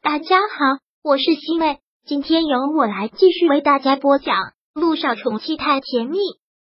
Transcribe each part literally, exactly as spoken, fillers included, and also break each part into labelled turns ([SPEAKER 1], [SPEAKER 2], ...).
[SPEAKER 1] 大家好，我是西妹，今天由我来继续为大家播讲《路上宠妻太甜蜜》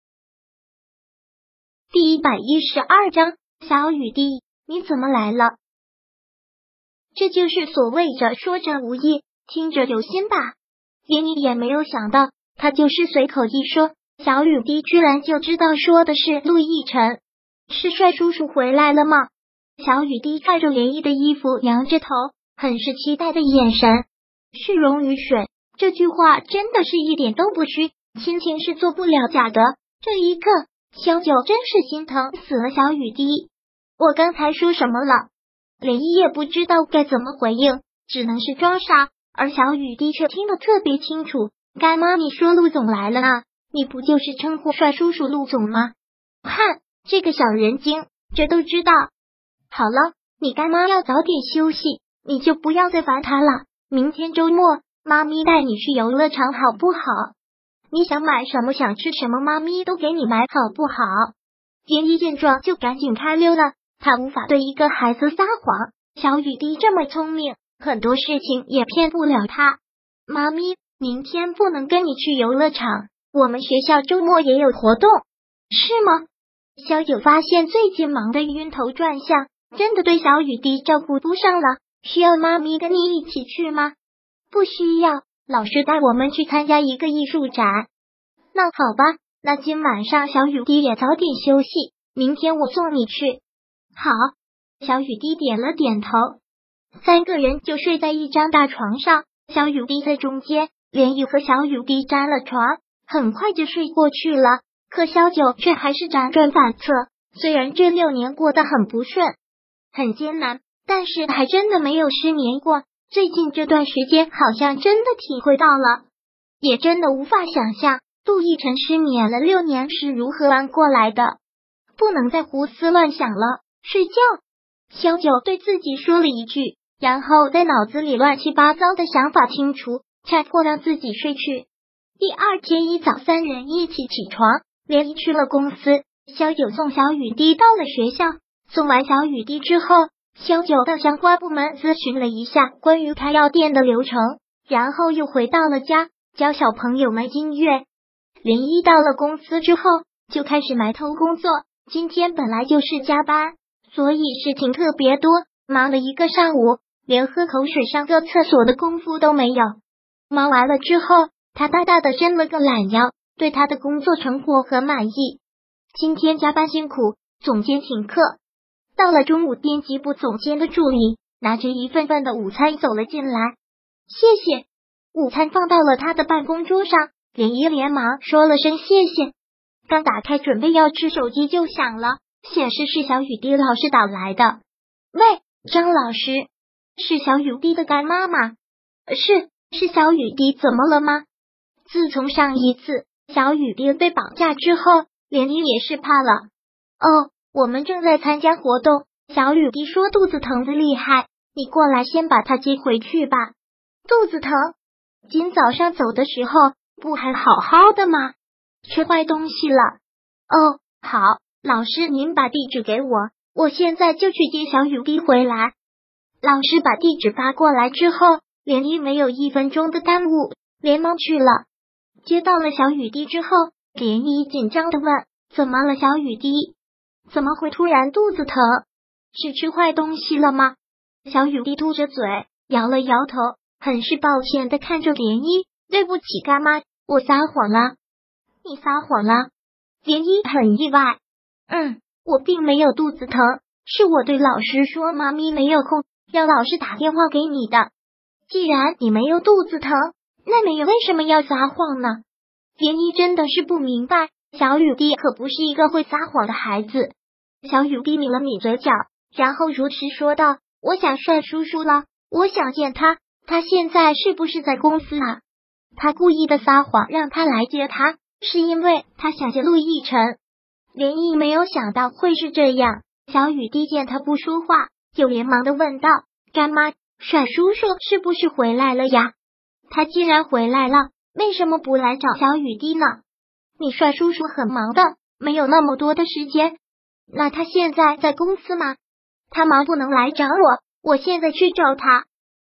[SPEAKER 1] 第一百一十二章。小雨滴，你怎么来了？这就是所谓着说者无意，听者有心吧。连你也没有想到，他就是随口一说，小雨滴居然就知道说的是陆亦辰。是帅叔叔回来了吗？小雨滴看着涟漪的衣服，扬着头，很是期待的眼神。是溶于水，这句话真的是一点都不虚，亲情是做不了假的。这一刻，萧九真是心疼死了小雨滴。我刚才说什么了？涟漪也不知道该怎么回应，只能是装傻，而小雨滴却听得特别清楚。干妈，你说陆总来了啊？你不就是称呼帅叔叔陆总吗？哼，这个小人精，这都知道。好了，你干妈要早点休息，你就不要再烦她了。明天周末，妈咪带你去游乐场好不好？你想买什么想吃什么，妈咪都给你买好不好？涟漪见状就赶紧开溜了，她无法对一个孩子撒谎。小雨滴这么聪明，很多事情也骗不了她。妈咪，明天不能跟你去游乐场，我们学校周末也有活动。是吗？萧九发现最近忙得晕头转向，真的对小雨滴照顾不上了，需要妈咪跟你一起去吗？不需要，老师带我们去参加一个艺术展。那好吧，那今晚上小雨滴也早点休息，明天我送你去。好，小雨滴点了点头。三个人就睡在一张大床上，小雨滴在中间，涟漪和小雨滴沾了床，很快就睡过去了。可萧九却还是辗转反侧，虽然这六年过得很不顺，很艰难，但是还真的没有失眠过。最近这段时间好像真的体会到了，也真的无法想象陆亦辰失眠了六年是如何玩过来的。不能再胡思乱想了，睡觉。萧九对自己说了一句，然后在脑子里乱七八糟的想法清除，强迫让自己睡去。第二天一早，三人一起起床，涟漪去了公司，萧九送小雨滴到了学校。送完小雨滴之后，萧九到相关部门咨询了一下关于开药店的流程，然后又回到了家教小朋友们音乐。涟漪到了公司之后就开始埋头工作，今天本来就是加班，所以事情特别多，忙了一个上午，连喝口水上个厕所的功夫都没有。忙完了之后，他大大的伸了个懒腰，对他的工作成果很满意。今天加班辛苦，总监请客。到了中午，编辑部总监的助理拿着一份份的午餐走了进来。谢谢。午餐放到了他的办公桌上，涟漪连忙说了声谢谢。刚打开准备要吃，手机就响了，显示是小雨滴老师打来的。喂，张老师，是小雨滴的干妈吗？是，是小雨滴，怎么了吗？自从上一次小雨滴被绑架之后，涟漪也是怕了。哦，我们正在参加活动，小雨滴说肚子疼的厉害，你过来先把她接回去吧。肚子疼？今早上走的时候不还好好的吗？吃坏东西了。哦，好，老师您把地址给我，我现在就去接小雨滴回来。老师把地址发过来之后，涟漪没有一分钟的耽误，连忙去了。接到了小雨滴之后，涟漪紧张的问，怎么了小雨滴？怎么会突然肚子疼？是吃坏东西了吗？小雨滴嘟着嘴摇了摇头，很是抱歉的看着涟漪，对不起干妈，我撒谎了。你撒谎了？涟漪很意外。嗯，我并没有肚子疼，是我对老师说妈咪没有空，让老师打电话给你的。既然你没有肚子疼，那你为什么要撒谎呢？涟漪真的是不明白，小雨滴可不是一个会撒谎的孩子。小雨滴抿了抿嘴角，然后如实说道，我想帅叔叔了，我想见他，他现在是不是在公司啊？他故意的撒谎让他来接他，是因为他想见陆亦辰。涟漪没有想到会是这样，小雨滴见他不说话，就连忙的问道，干妈，帅叔叔是不是回来了呀？他既然回来了，为什么不来找小雨滴呢？你帅叔叔很忙的，没有那么多的时间。那他现在在公司吗？他忙不能来找我，我现在去找他。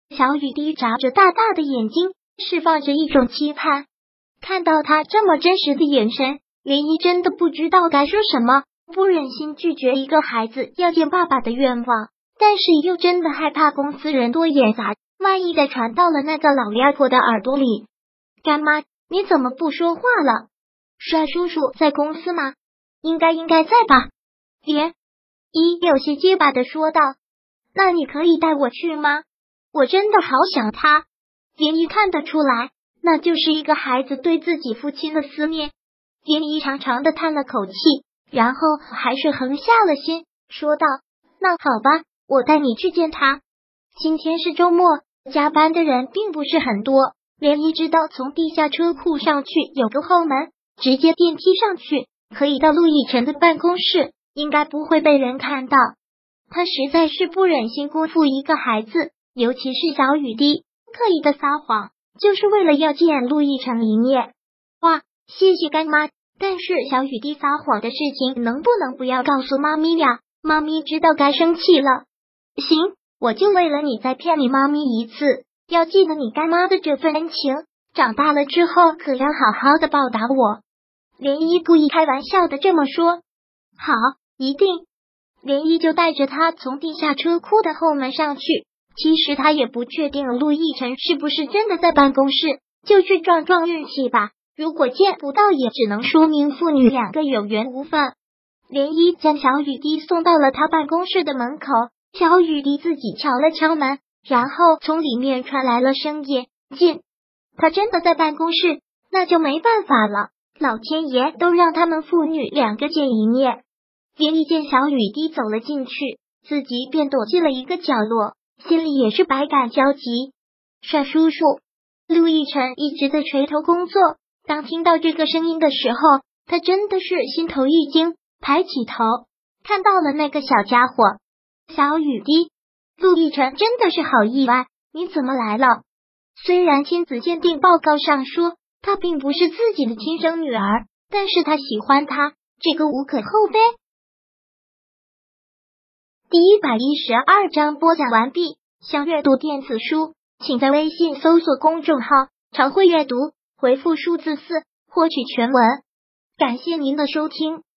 [SPEAKER 1] 小雨滴眨着大大的眼睛，释放着一种期盼。看到他这么真实的眼神，涟漪真的不知道该说什么，不忍心拒绝一个孩子要见爸爸的愿望，但是又真的害怕公司人多眼杂，万一再传到了那个老妖婆的耳朵里。干妈，你怎么不说话了？帅叔叔在公司吗？应该应该在吧？莲一有些结巴的说道。那你可以带我去吗？我真的好想他。莲一看得出来，那就是一个孩子对自己父亲的思念。莲一长长的叹了口气，然后还是横下了心，说道：那好吧，我带你去见他。今天是周末，加班的人并不是很多。涟漪知道从地下车库上去有个后门，直接电梯上去可以到陆亦辰的办公室，应该不会被人看到。他实在是不忍心辜负一个孩子，尤其是小雨滴，刻意的撒谎就是为了要见陆亦辰一面。哇，谢谢干妈，但是小雨滴撒谎的事情能不能不要告诉妈咪呀？妈咪知道该生气了。行，我就为了你再骗你妈咪一次，要记得你干妈的这份恩情，长大了之后可要好好的报答我。涟漪故意开玩笑的这么说。好，一定。涟漪就带着他从地下车库的后门上去。其实他也不确定陆亦辰是不是真的在办公室，就去撞撞运气吧。如果见不到，也只能说明父女两个有缘无分。涟漪将小雨滴送到了他办公室的门口，小雨滴自己敲了敲门，然后从里面传来了声音：进。他真的在办公室，那就没办法了，老天爷都让他们父女两个见一面。涟漪见小雨滴走了进去，自己便躲进了一个角落，心里也是百感交集。帅叔叔，陆亦辰一直在垂头工作，当听到这个声音的时候，他真的是心头一惊，抬起头看到了那个小家伙。小雨滴，陆亦辰真的是好意外，你怎么来了？虽然亲子鉴定报告上说她并不是自己的亲生女儿，但是他喜欢她，这个无可厚非。第一百一十二章播讲完毕。想阅读电子书，请在微信搜索公众号常会阅读，回复数字四获取全文。感谢您的收听。